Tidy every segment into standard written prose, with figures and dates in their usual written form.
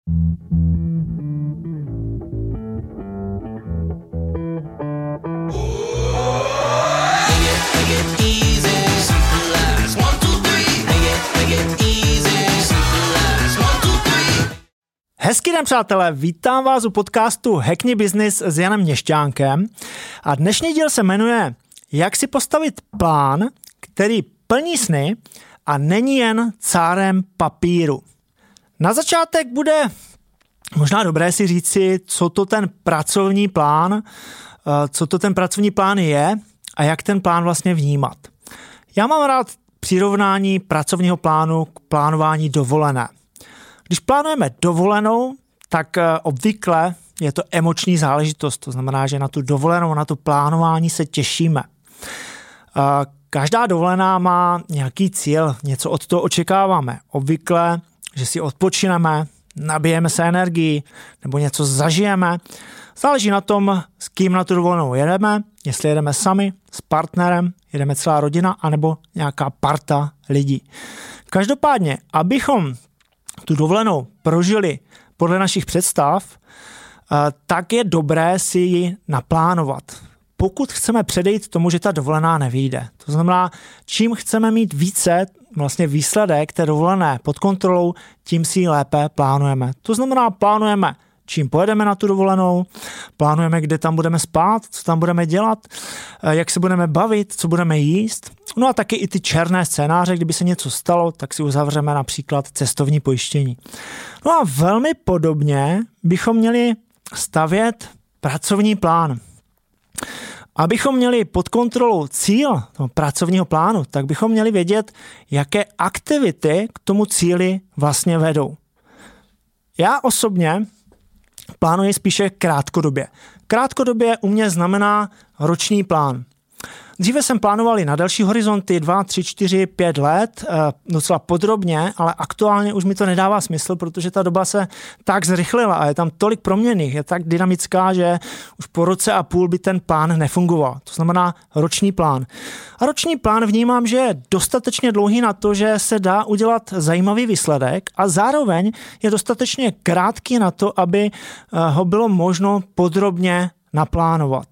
Hezký den, přátelé, vítám vás u podcastu Hackni Business s Janem Měšťánkem a dnešní díl se jmenuje Jak si postavit plán, který plní sny a není jen cárem papíru. Na začátek bude možná dobré si říci, co to ten pracovní plán je a jak ten plán vlastně vnímat. Já mám rád přirovnání pracovního plánu k plánování dovolené. Když plánujeme dovolenou, tak obvykle je to emoční záležitost. To znamená, že na tu dovolenou, na to plánování se těšíme. Každá dovolená má nějaký cíl, něco od toho očekáváme. Obvykle, že si odpočineme, nabijeme se energii nebo něco zažijeme. Záleží na tom, s kým na tu dovolenou jedeme, jestli jedeme sami, s partnerem, jedeme celá rodina, anebo nějaká parta lidí. Každopádně, abychom tu dovolenou prožili podle našich představ, tak je dobré si ji naplánovat. Pokud chceme předejít tomu, že ta dovolená nevyjde. To znamená, čím chceme mít více vlastně výsledek té dovolené pod kontrolou, tím si ji lépe plánujeme. To znamená, plánujeme, čím pojedeme na tu dovolenou, plánujeme, kde tam budeme spát, co tam budeme dělat, jak se budeme bavit, co budeme jíst. No a taky i ty černé scénáře, kdyby se něco stalo, tak si uzavřeme například cestovní pojištění. No a velmi podobně bychom měli stavět pracovní plán. Abychom měli pod kontrolou cíl toho pracovního plánu, tak bychom měli vědět, jaké aktivity k tomu cíli vlastně vedou. Já osobně plánuji spíše krátkodobě. Krátkodobě u mě znamená roční plán. Dříve jsem plánoval i na delší horizonty 2, 3, 4, 5 let, docela podrobně, ale aktuálně už mi to nedává smysl, protože ta doba se tak zrychlila a je tam tolik proměnných, je tak dynamická, že už po roce a půl by ten plán nefungoval. To znamená roční plán. A roční plán vnímám, že je dostatečně dlouhý na to, že se dá udělat zajímavý výsledek a zároveň je dostatečně krátký na to, aby ho bylo možno podrobně naplánovat.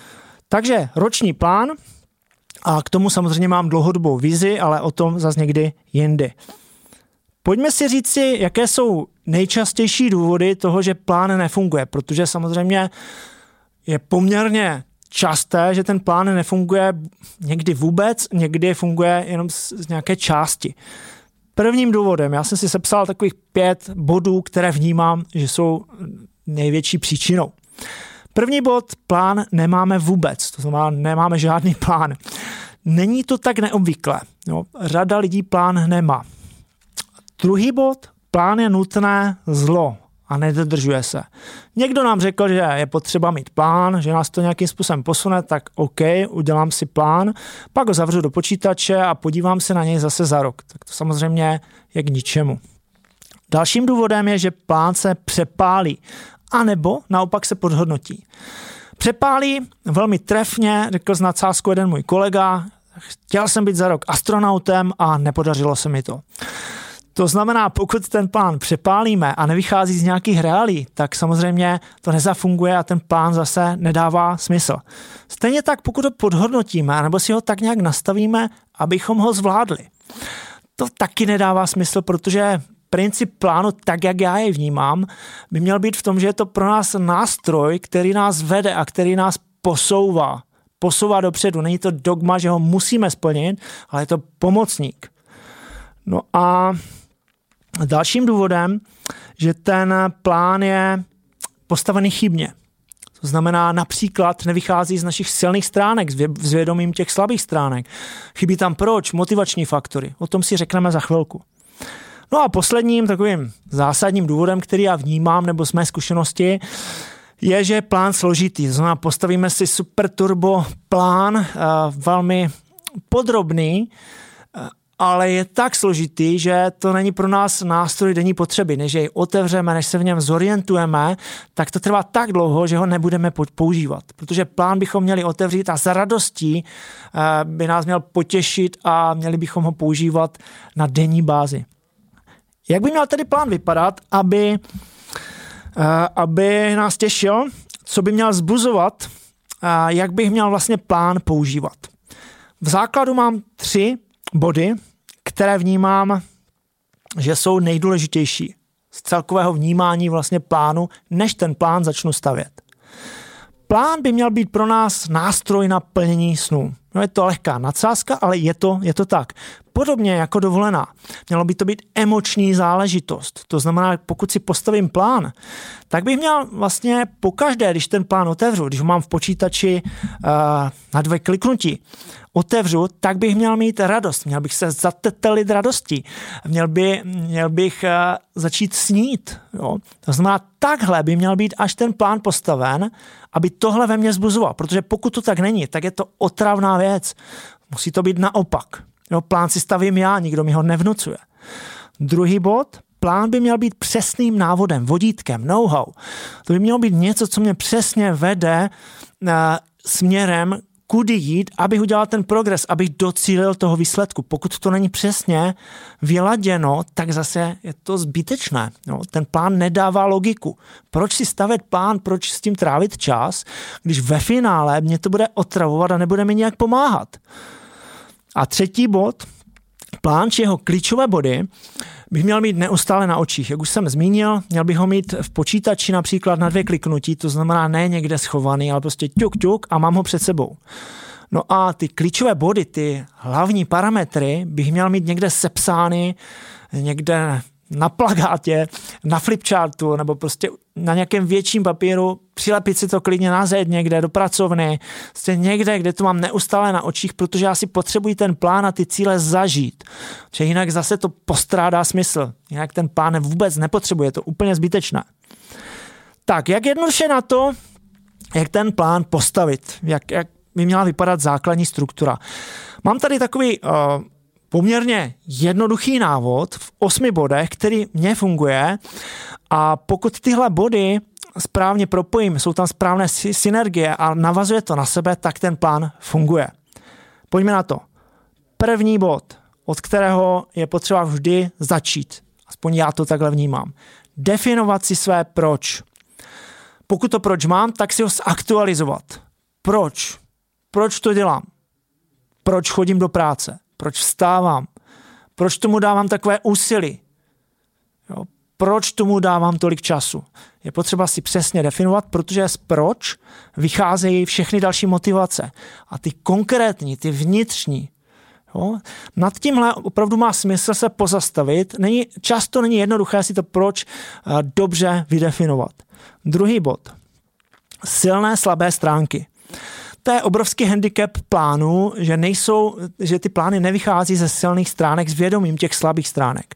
Takže roční plán a k tomu samozřejmě mám dlouhodobou vizi, ale o tom zase někdy jindy. Pojďme si říci, jaké jsou nejčastější důvody toho, že plán nefunguje, protože samozřejmě je poměrně časté, že ten plán nefunguje někdy vůbec, někdy funguje jenom z nějaké části. Prvním důvodem, já jsem si sepsal takových 5 bodů, které vnímám, že jsou největší příčinou. První bod, plán nemáme vůbec, to znamená, nemáme žádný plán. Není to tak neobvyklé. Řada lidí plán nemá. Druhý bod, plán je nutné zlo a nedodržuje se. Někdo nám řekl, že je potřeba mít plán, že nás to nějakým způsobem posune, tak OK, udělám si plán, pak ho zavřu do počítače a podívám se na něj zase za rok. Tak to samozřejmě je k ničemu. Dalším důvodem je, že plán se přepálí. A nebo naopak se podhodnotí. Přepálí velmi trefně, řekl s nadsázkou jeden můj kolega, chtěl jsem být za rok astronautem a nepodařilo se mi to. To znamená, pokud ten plán přepálíme a nevychází z nějakých reálí, tak samozřejmě to nezafunguje a ten plán zase nedává smysl. Stejně tak, pokud ho podhodnotíme, nebo si ho tak nějak nastavíme, abychom ho zvládli. To taky nedává smysl, protože princip plánu, tak jak já jej vnímám, by měl být v tom, že je to pro nás nástroj, který nás vede a který nás posouvá dopředu. Není to dogma, že ho musíme splnit, ale je to pomocník. No a dalším důvodem, že ten plán je postavený chybně. To znamená, například nevychází z našich silných stránek, s vědomím těch slabých stránek. Chybí tam proč? Motivační faktory. O tom si řekneme za chvilku. No a posledním takovým zásadním důvodem, který já vnímám, nebo z mé zkušenosti, je, že je plán složitý. To znamená, postavíme si super turbo plán, velmi podrobný, ale je tak složitý, že to není pro nás nástroj denní potřeby. Než jej otevřeme, než se v něm zorientujeme, tak to trvá tak dlouho, že ho nebudeme používat. Protože plán bychom měli otevřít a za radostí by nás měl potěšit a měli bychom ho používat na denní bázi. Jak by měl tedy plán vypadat, aby aby nás těšil, co by měl vzbuzovat, jak bych měl vlastně plán používat. V základu mám 3 body, které vnímám, že jsou nejdůležitější z celkového vnímání vlastně plánu, než ten plán začnu stavět. Plán by měl být pro nás nástroj na plnění snů. No je to lehká nadsázka, ale je to tak. Podobně jako dovolená. Mělo by to být emoční záležitost. To znamená, pokud si postavím plán, tak bych měl vlastně pokaždé, když ten plán otevřu, když ho mám v počítači na 2 kliknutí, otevřu, tak bych měl mít radost. Měl bych se zatetelit radostí. Měl bych začít snít. Jo? To znamená, takhle by měl být až ten plán postaven, aby tohle ve mně vzbuzoval. Protože pokud to tak není, tak je to otravná věc. Musí to být naopak. Jo? Plán si stavím já, nikdo mi ho nevnucuje. Druhý bod, plán by měl být přesným návodem, vodítkem, know-how. To by mělo být něco, co mě přesně vede směrem, kudy jít, abych udělal ten progres, abych docílil toho výsledku. Pokud to není přesně vyladěno, tak zase je to zbytečné. No, ten plán nedává logiku. Proč si stavět plán, proč s tím trávit čas, když ve finále mě to bude otravovat a nebude mi nějak pomáhat. A třetí bod, plán či jeho klíčové body bych měl mít neustále na očích. Jak už jsem zmínil, měl bych ho mít v počítači například na 2 kliknutí, to znamená ne někde schovaný, ale prostě ťuk a mám ho před sebou. No a ty klíčové body, ty hlavní parametry bych měl mít někde sepsány, někde na plakátě, na flipchartu nebo prostě na nějakém větším papíru, přilepit si to klidně na zeď někde do pracovny, prostě někde, kde to mám neustále na očích, protože já si potřebuji ten plán a ty cíle zažít. Že jinak zase to postrádá smysl. Jinak ten plán vůbec nepotřebuje, je to úplně zbytečné. Tak, jak jednoduše na to, jak ten plán postavit, jak by měla vypadat základní struktura. Mám tady takový poměrně jednoduchý návod v 8 bodech, který mně funguje, a pokud tyhle body správně propojím, jsou tam správné synergie a navazuje to na sebe, tak ten plán funguje. Pojďme na to. První bod, od kterého je potřeba vždy začít, aspoň já to takhle vnímám, definovat si své proč. Pokud to proč mám, tak si ho zaktualizovat. Proč? Proč to dělám? Proč chodím do práce? Proč vstávám? Proč tomu dávám takové úsilí? Jo? Proč tomu dávám tolik času? Je potřeba si přesně definovat, protože z proč vycházejí všechny další motivace. A ty konkrétní, ty vnitřní. Jo? Nad tímhle opravdu má smysl se pozastavit. Často není jednoduché si to proč dobře vydefinovat. Druhý bod. Silné, slabé stránky. To je obrovský handicap plánu, že ty plány nevychází ze silných stránek s vědomím těch slabých stránek.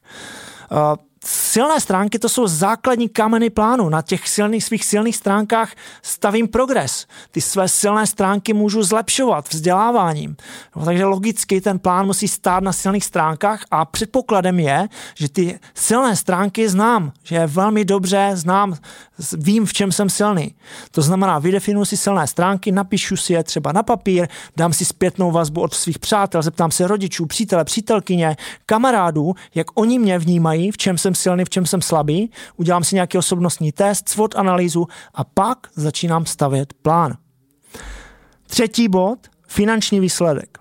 Silné stránky, to jsou základní kameny plánu. Na těch svých silných stránkách stavím progres. Ty své silné stránky můžu zlepšovat vzděláváním. No, takže logicky ten plán musí stát na silných stránkách a předpokladem je, že ty silné stránky znám, že je velmi dobře znám, vím, v čem jsem silný. To znamená, vydefinuji si silné stránky, napíšu si je třeba na papír, dám si zpětnou vazbu od svých přátel, zeptám se rodičů, přítele, přítelkyně, kamarádů, jak oni mě vnímají, v čem jsem silný, v čem jsem slabý, udělám si nějaký osobnostní test, SWOT analýzu a pak začínám stavět plán. Třetí bod, finanční výsledek.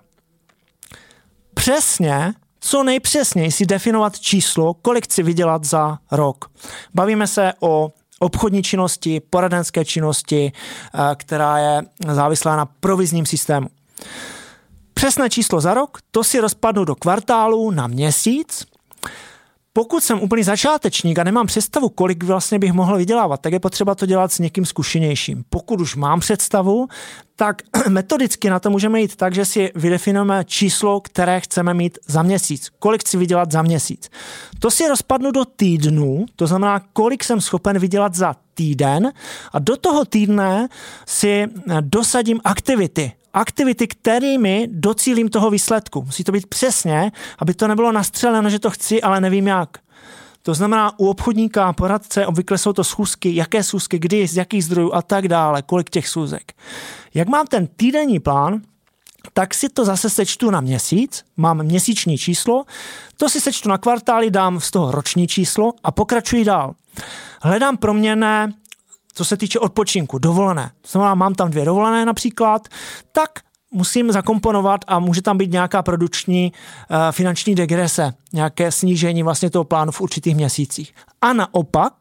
Přesně, co nejpřesněji si definovat číslo, kolik chci vydělat za rok. Bavíme se o obchodní činnosti, poradenské činnosti, která je závislá na provizním systému. Přesné číslo za rok, to si rozpadnu do kvartálu na měsíc. Pokud jsem úplný začátečník a nemám představu, kolik vlastně bych mohl vydělávat, tak je potřeba to dělat s někým zkušenějším. Pokud už mám představu, tak metodicky na to můžeme jít tak, že si vydefinujeme číslo, které chceme mít za měsíc. Kolik chci vydělat za měsíc. To si rozpadnu do týdnů, to znamená, kolik jsem schopen vydělat za týden, a do toho týdne si dosadím aktivity, kterými docílím toho výsledku. Musí to být přesně, aby to nebylo nastřeleno, že to chci, ale nevím jak. To znamená, u obchodníka, poradce, obvykle jsou to schůzky, jaké schůzky, kdy, z jakých zdrojů a tak dále, kolik těch schůzek. Jak mám ten týdenní plán, tak si to zase sečtu na měsíc, mám měsíční číslo, to si sečtu na kvartály, dám z toho roční číslo a pokračuji dál. Hledám proměnné co se týče odpočinku, dovolené. To znamená, mám tam 2 dovolené například, tak musím zakomponovat a může tam být nějaká produkční finanční degrese, nějaké snížení vlastně toho plánu v určitých měsících. A naopak,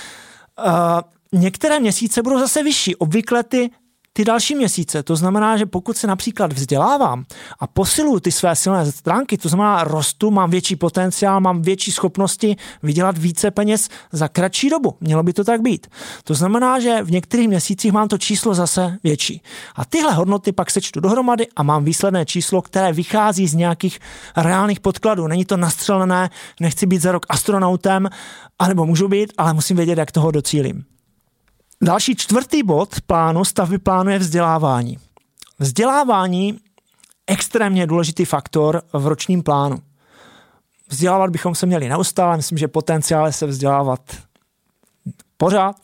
některé měsíce budou zase vyšší, obvykle ty další měsíce. To znamená, že pokud se například vzdělávám a posiluju ty své silné stránky, to znamená rostu, mám větší potenciál, mám větší schopnosti vydělat více peněz za kratší dobu. Mělo by to tak být. To znamená, že v některých měsících mám to číslo zase větší. A tyhle hodnoty pak sečtu dohromady a mám výsledné číslo, které vychází z nějakých reálných podkladů. Není to nastřelené, nechci být za rok astronautem, anebo můžu být, ale musím vědět, jak toho docílím. Další 4. bod stavby plánu je vzdělávání. Vzdělávání extrémně důležitý faktor v ročním plánu. Vzdělávat bychom se měli neustále, myslím, že potenciál je se vzdělávat pořád.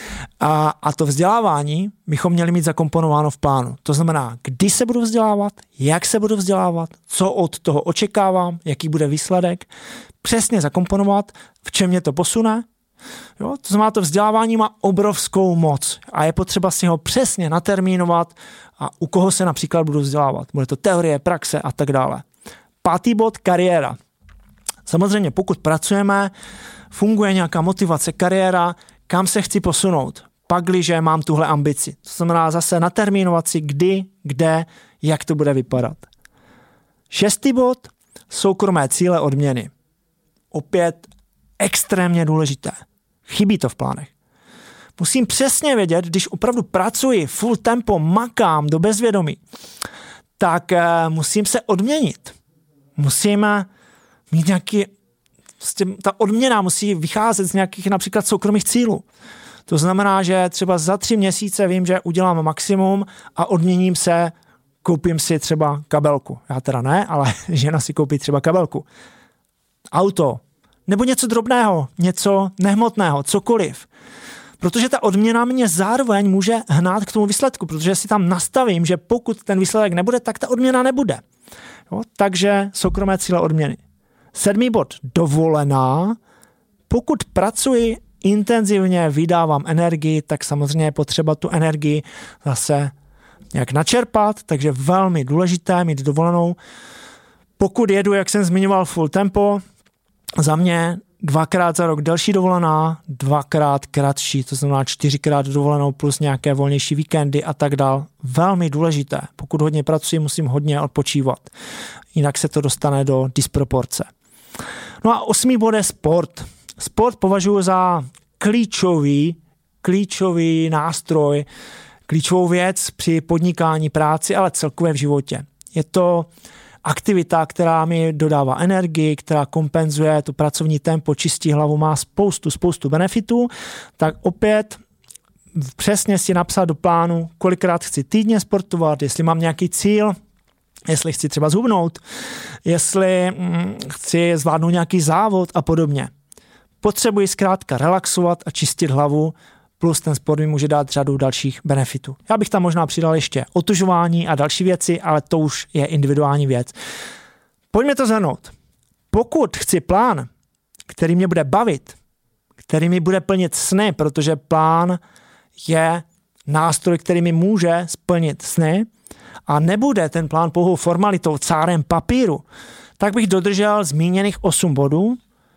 A to vzdělávání bychom měli mít zakomponováno v plánu. To znamená, kdy se budu vzdělávat, jak se budu vzdělávat, co od toho očekávám, jaký bude výsledek, přesně zakomponovat, v čem mě to posune. Jo, to znamená, to vzdělávání má obrovskou moc a je potřeba si ho přesně natermínovat a u koho se například budu vzdělávat. Bude to teorie, praxe a tak dále. 5. bod, kariéra. Samozřejmě, pokud pracujeme, funguje nějaká motivace, kariéra, kam se chci posunout, pakliže mám tuhle ambici. To znamená zase natermínovat si kdy, kde, jak to bude vypadat. 6. bod, soukromé cíle, odměny. Opět extrémně důležité. Chybí to v plánech. Musím přesně vědět, když opravdu pracuji, full tempo, makám do bezvědomí, tak musím se odměnit. Musím mít nějaký, ta odměna musí vycházet z nějakých například soukromých cílů. To znamená, že třeba za 3 měsíce vím, že udělám maximum a odměním se, koupím si třeba kabelku. Já teda ne, ale žena si koupí třeba kabelku. Auto. Nebo něco drobného, něco nehmotného, cokoliv. Protože ta odměna mě zároveň může hnát k tomu výsledku, protože si tam nastavím, že pokud ten výsledek nebude, tak ta odměna nebude. Jo? Takže soukromé cíle, odměny. 7. bod, dovolená. Pokud pracuji intenzivně, vydávám energii, tak samozřejmě je potřeba tu energii zase nějak načerpat, takže velmi důležité mít dovolenou. Pokud jedu, jak jsem zmiňoval, full tempo, za mě 2krát za rok delší dovolená, 2krát kratší, to znamená 4krát dovolenou plus nějaké volnější víkendy a tak dál. Velmi důležité. Pokud hodně pracuji, musím hodně odpočívat. Jinak se to dostane do disproporce. No a 8. bod je sport. Sport považuji za klíčový nástroj, klíčovou věc při podnikání, práci, ale celkově v životě. Je to aktivita, která mi dodává energii, která kompenzuje to pracovní tempo, čistí hlavu, má spoustu benefitů, tak opět přesně si napsat do plánu, kolikrát chci týdně sportovat, jestli mám nějaký cíl, jestli chci třeba zhubnout, jestli chci zvládnout nějaký závod a podobně. Potřebuji zkrátka relaxovat a čistit hlavu, plus ten sport mi může dát řadu dalších benefitů. Já bych tam možná přidal ještě otužování a další věci, ale to už je individuální věc. Pojďme to shrnout. Pokud chci plán, který mě bude bavit, který mi bude plnit sny, protože plán je nástroj, který mi může splnit sny a nebude ten plán pouhou formalitou, cárem papíru, tak bych dodržel zmíněných 8 bodů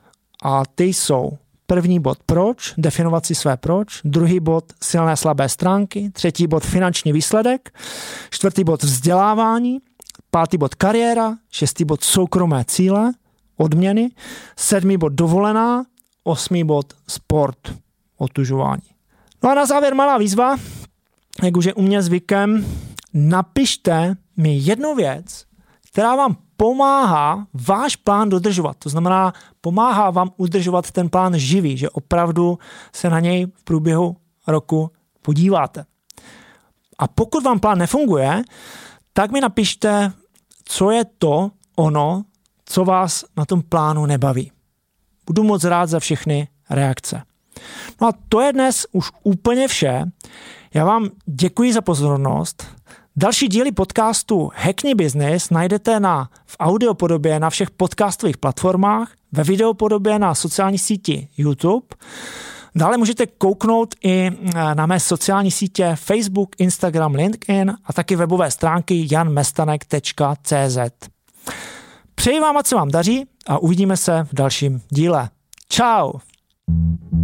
a ty jsou: 1. bod proč, definovat si své proč, 2. bod silné slabé stránky, 3. bod finanční výsledek, 4. bod vzdělávání, 5. bod kariéra, 6. bod soukromé cíle, odměny, 7. bod dovolená, 8. bod sport, otužování. No a na závěr malá výzva, jak už je u mě zvykem, napište mi jednu věc, která vám pomáhá váš plán dodržovat. To znamená, pomáhá vám udržovat ten plán živý, že opravdu se na něj v průběhu roku podíváte. A pokud vám plán nefunguje, tak mi napište, co je to ono, co vás na tom plánu nebaví. Budu moc rád za všechny reakce. No a to je dnes už úplně vše. Já vám děkuji za pozornost. Další díly podcastu Hackni Business najdete v audiopodobě na všech podcastových platformách, ve videopodobě na sociální síti YouTube. Dále můžete kouknout i na mé sociální sítě Facebook, Instagram, LinkedIn a taky webové stránky janmestanek.cz. Přeji vám, ať se vám daří a uvidíme se v dalším díle. Čau!